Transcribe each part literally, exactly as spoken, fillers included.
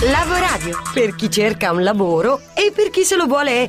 Lavoradio, per chi cerca un lavoro e per chi se lo vuole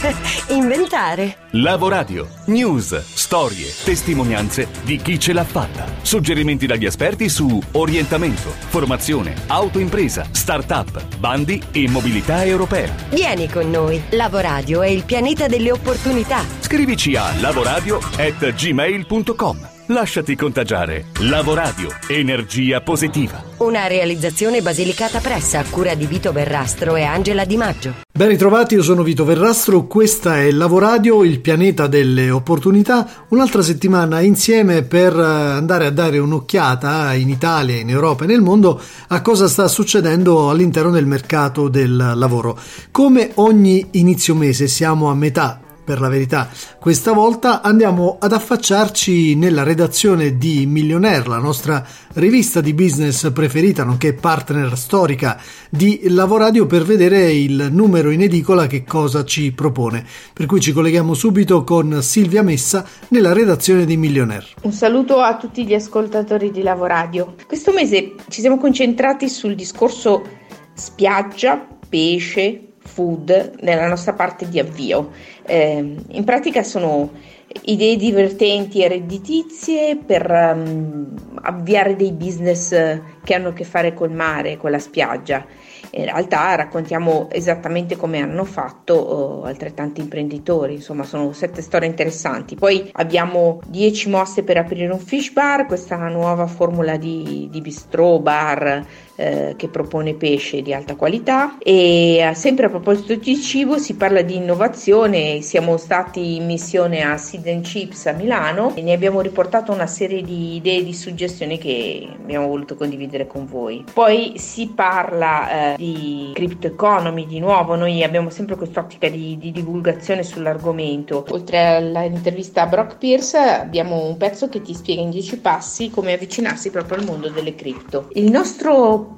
inventare. Lavoradio, news, storie, testimonianze di chi ce l'ha fatta. Suggerimenti dagli esperti su orientamento, formazione, autoimpresa, start-up, bandi e mobilità europea. Vieni con noi. Lavoradio è il pianeta delle opportunità. Scrivici a lavoradio at gmail punto com. Lasciati contagiare. Lavoradio, energia positiva. Una realizzazione Basilicata Press a cura di Vito Verrastro e Angela Di Maggio. Ben ritrovati, io sono Vito Verrastro, questa è Lavoradio, il pianeta delle opportunità. Un'altra settimana insieme per andare a dare un'occhiata in Italia, in Europa e nel mondo a cosa sta succedendo all'interno del mercato del lavoro. Come ogni inizio mese siamo a metà. Per la verità, questa volta andiamo ad affacciarci nella redazione di Millionaire, la nostra rivista di business preferita, nonché partner storica di Lavoradio, per vedere il numero in edicola che cosa ci propone. Per cui ci colleghiamo subito con Silvia Messa nella redazione di Millionaire. Un saluto a tutti gli ascoltatori di Lavoradio. Questo mese ci siamo concentrati sul discorso spiaggia, pesce, food nella nostra parte di avvio. Eh, in pratica sono idee divertenti e redditizie per um, avviare dei business che hanno a che fare col mare, con la spiaggia. In realtà raccontiamo esattamente come hanno fatto oh, altrettanti imprenditori, insomma sono sette storie interessanti. Poi abbiamo dieci mosse per aprire un fish bar, questa nuova formula di, di bistrò bar eh, che propone pesce di alta qualità. E sempre a proposito di cibo si parla di innovazione, siamo stati in missione a Seed and Chips a Milano e ne abbiamo riportato una serie di idee di suggestioni che abbiamo voluto condividere con voi. Poi si parla eh, di crypto economy, di nuovo noi abbiamo sempre quest'ottica di, di divulgazione sull'argomento. Oltre all'intervista a Brock Pierce abbiamo un pezzo che ti spiega in dieci passi come avvicinarsi proprio al mondo delle cripto. Il nostro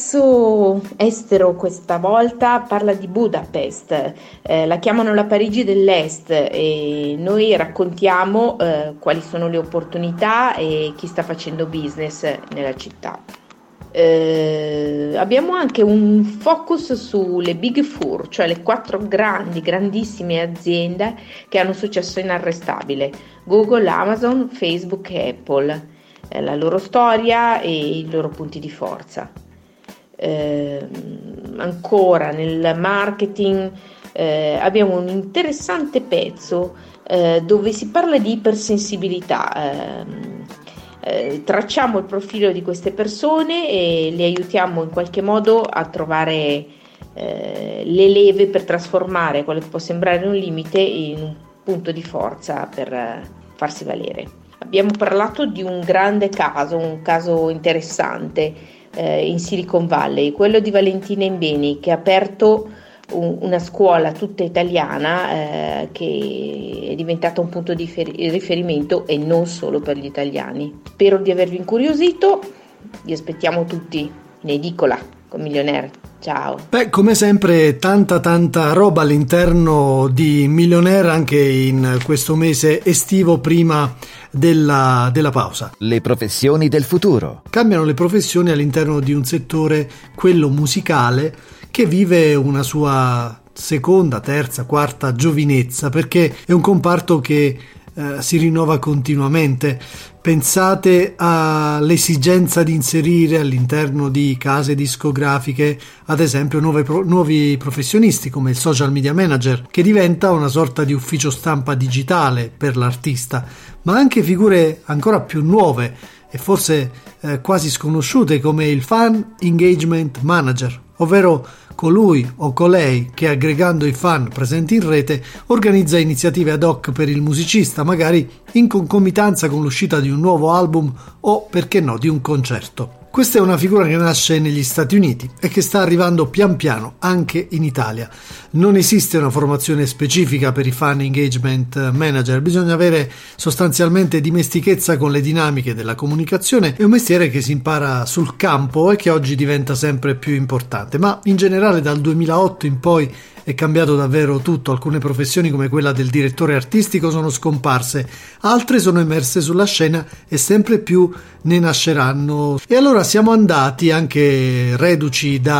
pezzo estero questa volta parla di Budapest, eh, la chiamano la Parigi dell'Est e noi raccontiamo eh, quali sono le opportunità e chi sta facendo business nella città. Eh, abbiamo anche un focus sulle Big Four, cioè le quattro grandi, grandissime aziende che hanno successo inarrestabile: Google, Amazon, Facebook e Apple, eh, la loro storia e i loro punti di forza. Eh, ancora nel marketing eh, abbiamo un interessante pezzo eh, dove si parla di ipersensibilità. Eh, Eh, tracciamo il profilo di queste persone e le aiutiamo in qualche modo a trovare eh, le leve per trasformare quello che può sembrare un limite in un punto di forza per eh, farsi valere. Abbiamo parlato di un grande caso, un caso interessante eh, in Silicon Valley, quello di Valentina Imbeni, che ha aperto una scuola tutta italiana eh, che è diventata un punto di riferimento e non solo per gli italiani. Spero di avervi incuriosito, vi aspettiamo tutti in edicola con Millionaire. Ciao. Beh, come sempre tanta tanta roba all'interno di Millionaire anche in questo mese estivo prima della, della pausa. Le professioni del futuro. Cambiano le professioni all'interno di un settore, quello musicale, che vive una sua seconda, terza, quarta giovinezza, perché è un comparto che eh, si rinnova continuamente. Pensate all'esigenza di inserire all'interno di case discografiche, ad esempio, nuove pro- nuovi professionisti come il social media manager, che diventa una sorta di ufficio stampa digitale per l'artista, ma anche figure ancora più nuove e forse eh, quasi sconosciute come il fan engagement manager, ovvero colui o colei che, aggregando i fan presenti in rete, organizza iniziative ad hoc per il musicista, magari in concomitanza con l'uscita di un nuovo album o, perché no, di un concerto. Questa è una figura che nasce negli Stati Uniti e che sta arrivando pian piano anche in Italia. Non esiste una formazione specifica per i fan engagement manager, bisogna avere sostanzialmente dimestichezza con le dinamiche della comunicazione. È un mestiere che si impara sul campo e che oggi diventa sempre più importante, ma in generale dal duemilaotto in poi è cambiato davvero tutto. Alcune professioni come quella del direttore artistico sono scomparse, altre sono emerse sulla scena e sempre più ne nasceranno. E allora siamo andati, anche reduci da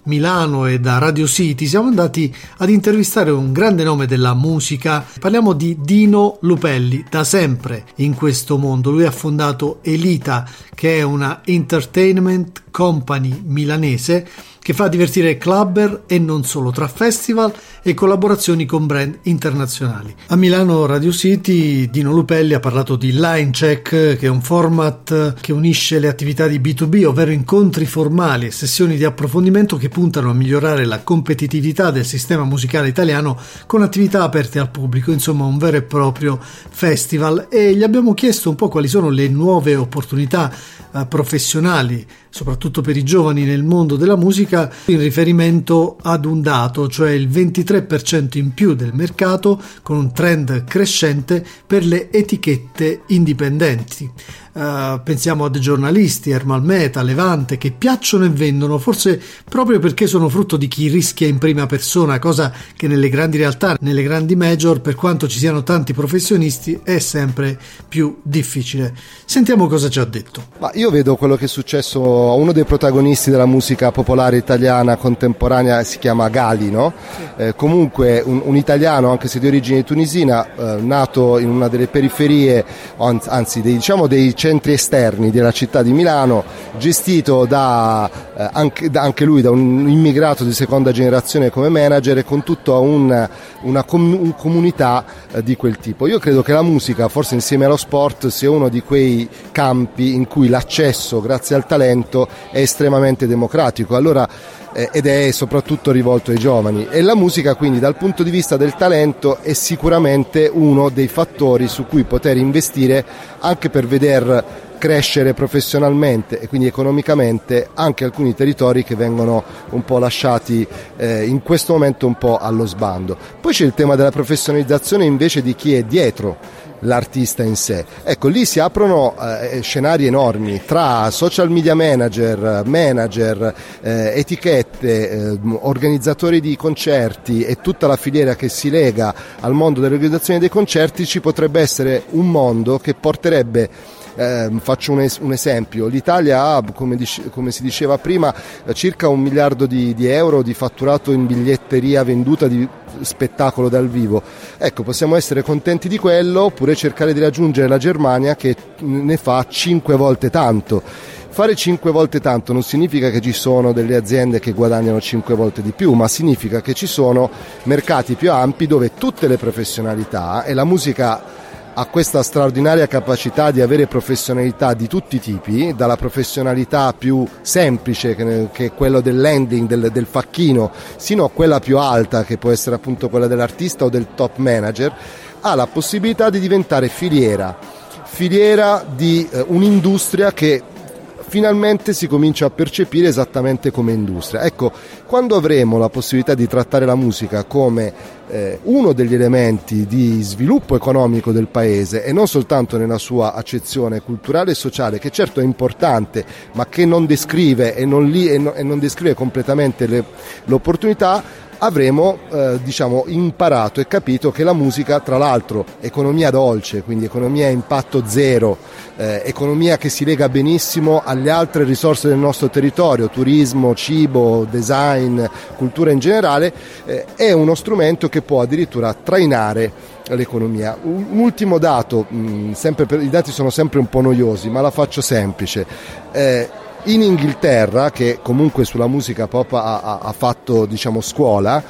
Milano e da Radio City siamo andati ad intervistare un grande nome della musica. Parliamo di Dino Lupelli, da sempre in questo mondo. Lui ha fondato Elita, che è una entertainment company milanese che fa divertire clubber e non solo, tra festival e collaborazioni con brand internazionali. A Milano Radio City Dino Lupelli ha parlato di Line Check, che è un format che unisce le attività di B due B, ovvero incontri formali e sessioni di approfondimento che puntano a migliorare la competitività del sistema musicale italiano con attività aperte al pubblico, insomma un vero e proprio festival. E gli abbiamo chiesto un po' quali sono le nuove opportunità eh, professionali, soprattutto per i giovani nel mondo della musica, in riferimento ad un dato, cioè il ventitré per cento in più del mercato, con un trend crescente per le etichette indipendenti. Uh, pensiamo a dei giornalisti, Ermal Meta, Levante, che piacciono e vendono, forse proprio perché sono frutto di chi rischia in prima persona, cosa che nelle grandi realtà, nelle grandi major, per quanto ci siano tanti professionisti, è sempre più difficile. Sentiamo cosa ci ha detto. Ma io vedo quello che è successo a uno dei protagonisti della musica popolare italiana contemporanea, si chiama Gali, no? Sì. Eh, comunque un, un italiano, anche se di origine tunisina, eh, nato in una delle periferie, anzi dei, diciamo dei centri esterni della città di Milano, gestito da, eh, anche, da anche lui da un immigrato di seconda generazione come manager, e con tutta un, una com- un comunità eh, di quel tipo. Io credo che la musica, forse insieme allo sport, sia uno di quei campi in cui l'accesso grazie al talento è estremamente democratico, allora eh, ed è soprattutto rivolto ai giovani, e la musica quindi dal punto di vista del talento è sicuramente uno dei fattori su cui poter investire, anche per veder crescere professionalmente e quindi economicamente anche alcuni territori che vengono un po' lasciati eh, in questo momento un po' allo sbando. Poi c'è il tema della professionalizzazione invece di chi è dietro l'artista in sé. Ecco, lì si aprono eh, scenari enormi tra social media manager, manager, eh, etichette, eh, organizzatori di concerti e tutta la filiera che si lega al mondo dell'organizzazione dei concerti. Ci potrebbe essere un mondo che porterebbe Eh, faccio un, es- un esempio, l'Italia ha, come, dice- come si diceva prima, eh, circa un miliardo di, di euro di fatturato in biglietteria venduta di spettacolo dal vivo. Ecco, possiamo essere contenti di quello, oppure cercare di raggiungere la Germania, che ne fa cinque volte tanto. Fare cinque volte tanto non significa che ci sono delle aziende che guadagnano cinque volte di più, ma significa che ci sono mercati più ampi dove tutte le professionalità, e la musica ha questa straordinaria capacità di avere professionalità di tutti i tipi, dalla professionalità più semplice che, che è quello del landing, del, del facchino, sino a quella più alta che può essere appunto quella dell'artista o del top manager, ha la possibilità di diventare filiera, filiera di eh, un'industria che finalmente si comincia a percepire esattamente come industria. Ecco, quando avremo la possibilità di trattare la musica come eh, uno degli elementi di sviluppo economico del paese, e non soltanto nella sua accezione culturale e sociale, che certo è importante, ma che non descrive e non, li, e non, e non descrive completamente le, l'opportunità, avremo eh, diciamo imparato e capito che la musica, tra l'altro economia dolce, quindi economia a impatto zero, eh, economia che si lega benissimo alle altre risorse del nostro territorio, turismo, cibo, design, cultura in generale, eh, è uno strumento che può addirittura trainare l'economia. Un ultimo dato, mh, sempre per, i dati sono sempre un po' noiosi, ma la faccio semplice. Eh, In Inghilterra, che comunque sulla musica pop ha, ha, ha fatto diciamo scuola,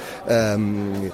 ehm,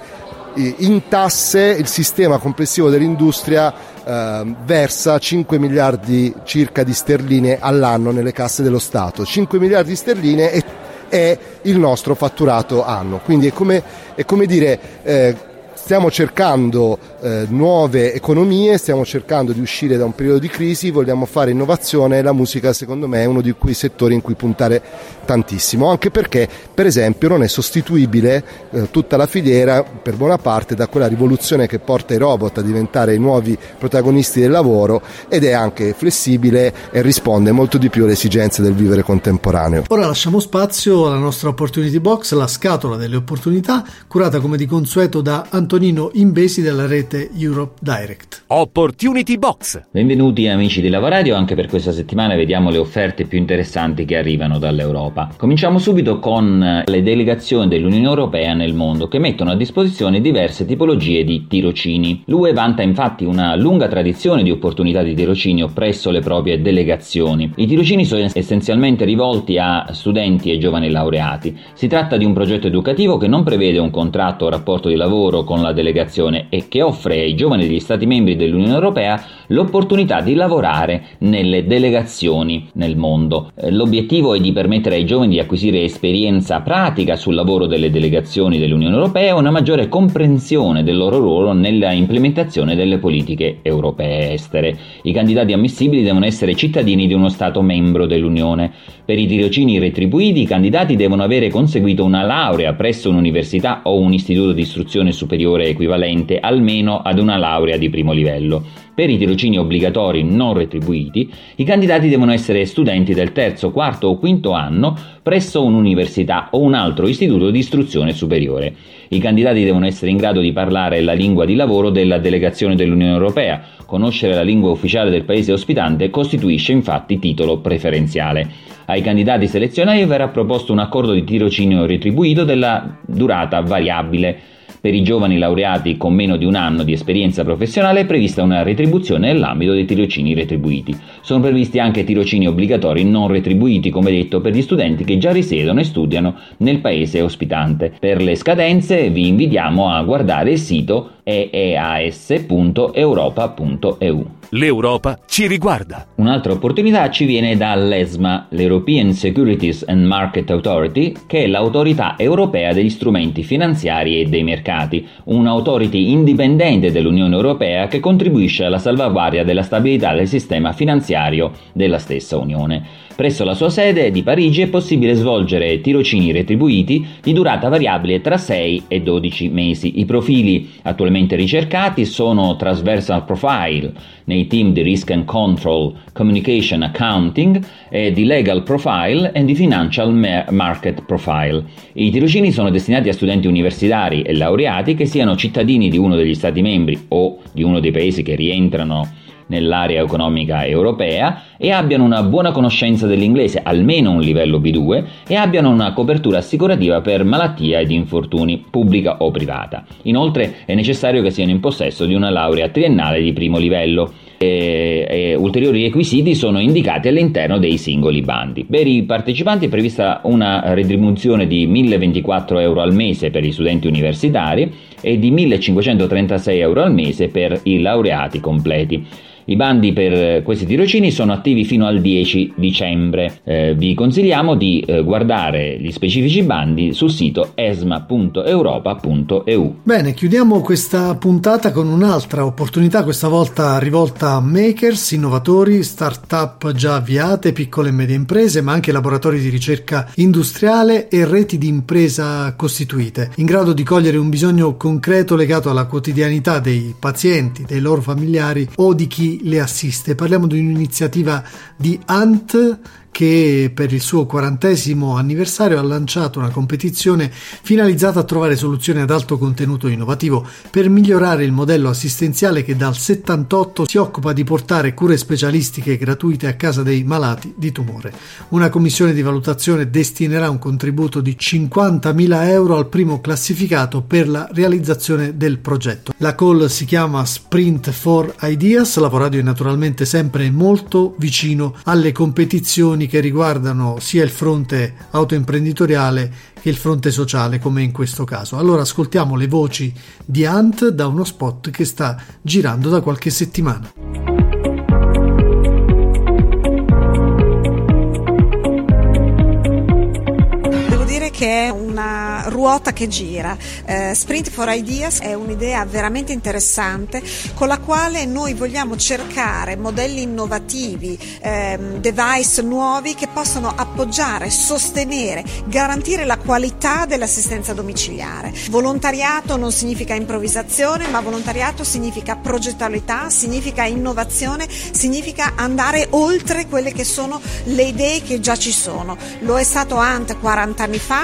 in tasse il sistema complessivo dell'industria ehm, versa cinque miliardi circa di sterline all'anno nelle casse dello Stato. cinque miliardi di sterline è, è il nostro fatturato anno, quindi è come, è come dire eh, stiamo cercando eh, nuove economie, stiamo cercando di uscire da un periodo di crisi, vogliamo fare innovazione, e la musica secondo me è uno di quei settori in cui puntare tantissimo, anche perché per esempio non è sostituibile eh, tutta la filiera per buona parte da quella rivoluzione che porta i robot a diventare i nuovi protagonisti del lavoro, ed è anche flessibile e risponde molto di più alle esigenze del vivere contemporaneo. Ora lasciamo spazio alla nostra Opportunity Box, la scatola delle opportunità, curata come di consueto da Antonio Antonino Imbesi della rete Europe Direct. Opportunity Box. Benvenuti amici di Lavoradio, anche per questa settimana vediamo le offerte più interessanti che arrivano dall'Europa. Cominciamo subito con le delegazioni dell'Unione Europea nel mondo che mettono a disposizione diverse tipologie di tirocini. L'U E vanta infatti una lunga tradizione di opportunità di tirocinio presso le proprie delegazioni. I tirocini sono essenzialmente rivolti a studenti e giovani laureati. Si tratta di un progetto educativo che non prevede un contratto o rapporto di lavoro con la delegazione e che offre ai giovani degli Stati membri dell'Unione Europea l'opportunità di lavorare nelle delegazioni nel mondo. L'obiettivo è di permettere ai giovani di acquisire esperienza pratica sul lavoro delle delegazioni dell'Unione Europea e una maggiore comprensione del loro ruolo nella implementazione delle politiche europee estere. I candidati ammissibili devono essere cittadini di uno Stato membro dell'Unione. Per i tirocini retribuiti i candidati devono avere conseguito una laurea presso un'università o un istituto di istruzione superiore equivalente almeno ad una laurea di primo livello. Per i tirocini obbligatori non retribuiti, i candidati devono essere studenti del terzo, quarto o quinto anno presso un'università o un altro istituto di istruzione superiore. I candidati devono essere in grado di parlare la lingua di lavoro della delegazione dell'Unione Europea. Conoscere la lingua ufficiale del paese ospitante costituisce infatti titolo preferenziale. Ai candidati selezionati verrà proposto un accordo di tirocinio retribuito della durata variabile. Per i giovani laureati con meno di un anno di esperienza professionale è prevista una retribuzione nell'ambito dei tirocini retribuiti. Sono previsti anche tirocini obbligatori non retribuiti, come detto, per gli studenti che già risiedono e studiano nel paese ospitante. Per le scadenze vi invitiamo a guardare il sito e e a s punto europa punto e u. L'Europa ci riguarda. Un'altra opportunità ci viene dall'ESMA, l'European Securities and Market Authority, che è l'autorità europea degli strumenti finanziari e dei mercati, un'autority indipendente dell'Unione Europea che contribuisce alla salvaguardia della stabilità del sistema finanziario della stessa Unione. Presso la sua sede di Parigi è possibile svolgere tirocini retribuiti di durata variabile tra sei e dodici mesi. I profili attualmente ricercati sono Transversal Profile nei team di Risk and Control, Communication Accounting e di Legal Profile e di Financial Market Profile. I tirocini sono destinati a studenti universitari e laureati che siano cittadini di uno degli Stati membri o di uno dei paesi che rientrano nell'area economica europea e abbiano una buona conoscenza dell'inglese, almeno un livello B due, e abbiano una copertura assicurativa per malattia ed infortuni, pubblica o privata. Inoltre è necessario che siano in possesso di una laurea triennale di primo livello. E, e ulteriori requisiti sono indicati all'interno dei singoli bandi. Per i partecipanti è prevista una retribuzione di milleven티quattro euro al mese per gli studenti universitari e di millecinquecentotrentasei euro al mese per i laureati completi. I bandi per questi tirocini sono attivi fino al dieci dicembre. Eh, vi consigliamo di eh, guardare gli specifici bandi sul sito esma punto europa punto e u. Bene, chiudiamo questa puntata con un'altra opportunità, questa volta rivolta a makers, innovatori, start-up già avviate, piccole e medie imprese, ma anche laboratori di ricerca industriale e reti di impresa costituite, in grado di cogliere un bisogno concreto legato alla quotidianità dei pazienti, dei loro familiari o di chi le assiste. Parliamo di un'iniziativa di Ant che per il suo quarantesimo anniversario ha lanciato una competizione finalizzata a trovare soluzioni ad alto contenuto innovativo per migliorare il modello assistenziale che dal settantotto si occupa di portare cure specialistiche gratuite a casa dei malati di tumore. Una commissione di valutazione destinerà un contributo di cinquantamila euro al primo classificato per la realizzazione del progetto. La call si chiama Sprint for Ideas. Lavoradio è naturalmente sempre molto vicino alle competizioni che riguardano sia il fronte autoimprenditoriale che il fronte sociale, come in questo caso. Allora ascoltiamo le voci di Ant da uno spot che sta girando da qualche settimana. Che è una ruota che gira. eh, Sprint for Ideas è un'idea veramente interessante con la quale noi vogliamo cercare modelli innovativi, ehm, device nuovi che possono appoggiare, sostenere, garantire la qualità dell'assistenza domiciliare. Volontariato non significa improvvisazione, ma volontariato significa progettualità, significa innovazione, significa andare oltre quelle che sono le idee che già ci sono. Lo è stato Ant quaranta anni fa,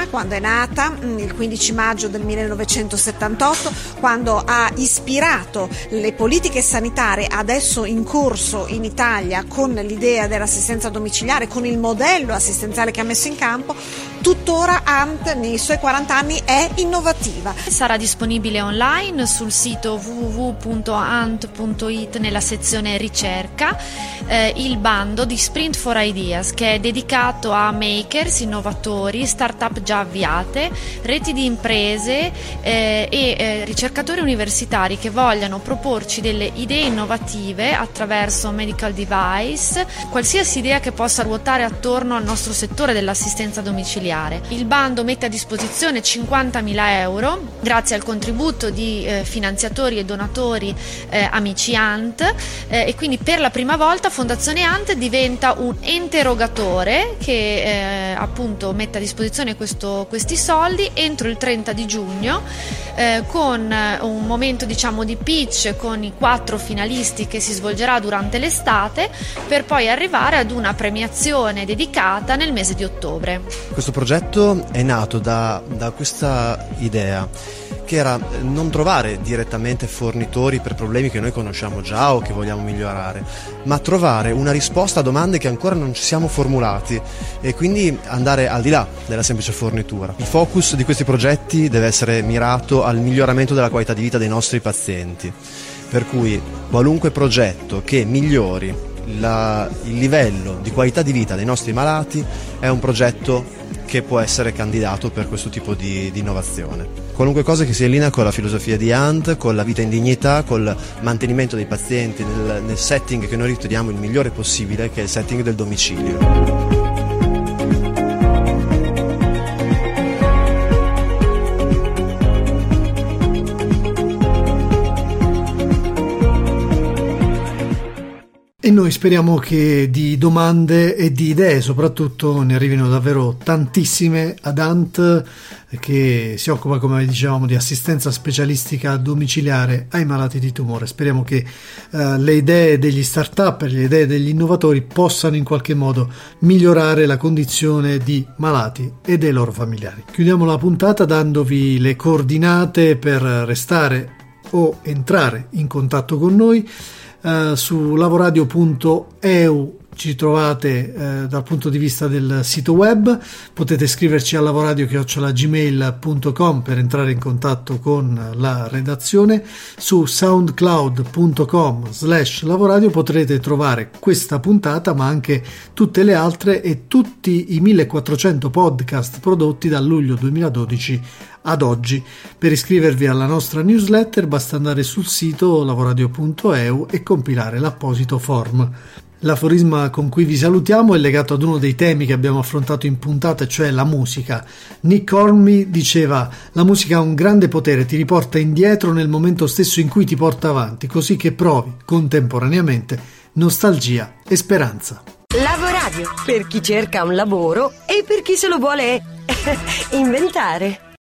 fa, quando è nata, il quindici maggio del millenovecentosettantotto, quando ha ispirato le politiche sanitarie adesso in corso in Italia con l'idea dell'assistenza domiciliare, con il modello assistenziale che ha messo in campo. Tuttora A N T nei suoi quaranta anni è innovativa. Sarà disponibile online sul sito w w w punto ant punto i t nella sezione ricerca eh, il bando di Sprint for Ideas, che è dedicato a makers, innovatori, start-up già avviate, reti di imprese eh, e eh, ricercatori universitari che vogliano proporci delle idee innovative attraverso medical device, qualsiasi idea che possa ruotare attorno al nostro settore dell'assistenza domiciliare. Il bando mette a disposizione cinquantamila euro grazie al contributo di eh, finanziatori e donatori eh, amici A N T eh, e quindi per la prima volta Fondazione A N T diventa un ente erogatore che eh, appunto mette a disposizione questo, questi soldi entro il trenta di giugno eh, con un momento diciamo di pitch con i quattro finalisti che si svolgerà durante l'estate per poi arrivare ad una premiazione dedicata nel mese di ottobre. Questo progetto è nato da, da questa idea che era non trovare direttamente fornitori per problemi che noi conosciamo già o che vogliamo migliorare, ma trovare una risposta a domande che ancora non ci siamo formulati e quindi andare al di là della semplice fornitura. Il focus di questi progetti deve essere mirato al miglioramento della qualità di vita dei nostri pazienti, per cui qualunque progetto che migliori la, il livello di qualità di vita dei nostri malati è un progetto che può essere candidato per questo tipo di, di innovazione. Qualunque cosa che sia in linea con la filosofia di A N T, con la vita in dignità, col mantenimento dei pazienti nel, nel setting che noi riteniamo il migliore possibile, che è il setting del domicilio. E noi speriamo che di domande e di idee soprattutto ne arrivino davvero tantissime ad A N T, che si occupa, come dicevamo, di assistenza specialistica domiciliare ai malati di tumore. Speriamo che uh, le idee degli start-up, le idee degli innovatori possano in qualche modo migliorare la condizione di malati e dei loro familiari. Chiudiamo la puntata dandovi le coordinate per restare o entrare in contatto con noi. Uh, su lavoradio punto e u ci trovate uh, dal punto di vista del sito web, potete scriverci a lavoradio chiocciola gmail punto com per entrare in contatto con la redazione. Su soundcloud punto com slash lavoradio potrete trovare questa puntata ma anche tutte le altre e tutti i millequattrocento podcast prodotti dal luglio duemiladodici ad oggi. Per iscrivervi alla nostra newsletter basta andare sul sito lavoradio punto e u e compilare l'apposito form. L'aforisma con cui vi salutiamo è legato ad uno dei temi che abbiamo affrontato in puntata, cioè la musica. Nick Hornby diceva: la musica ha un grande potere, ti riporta indietro nel momento stesso in cui ti porta avanti, così che provi contemporaneamente nostalgia e speranza. Lavoradio, per chi cerca un lavoro e per chi se lo vuole inventare.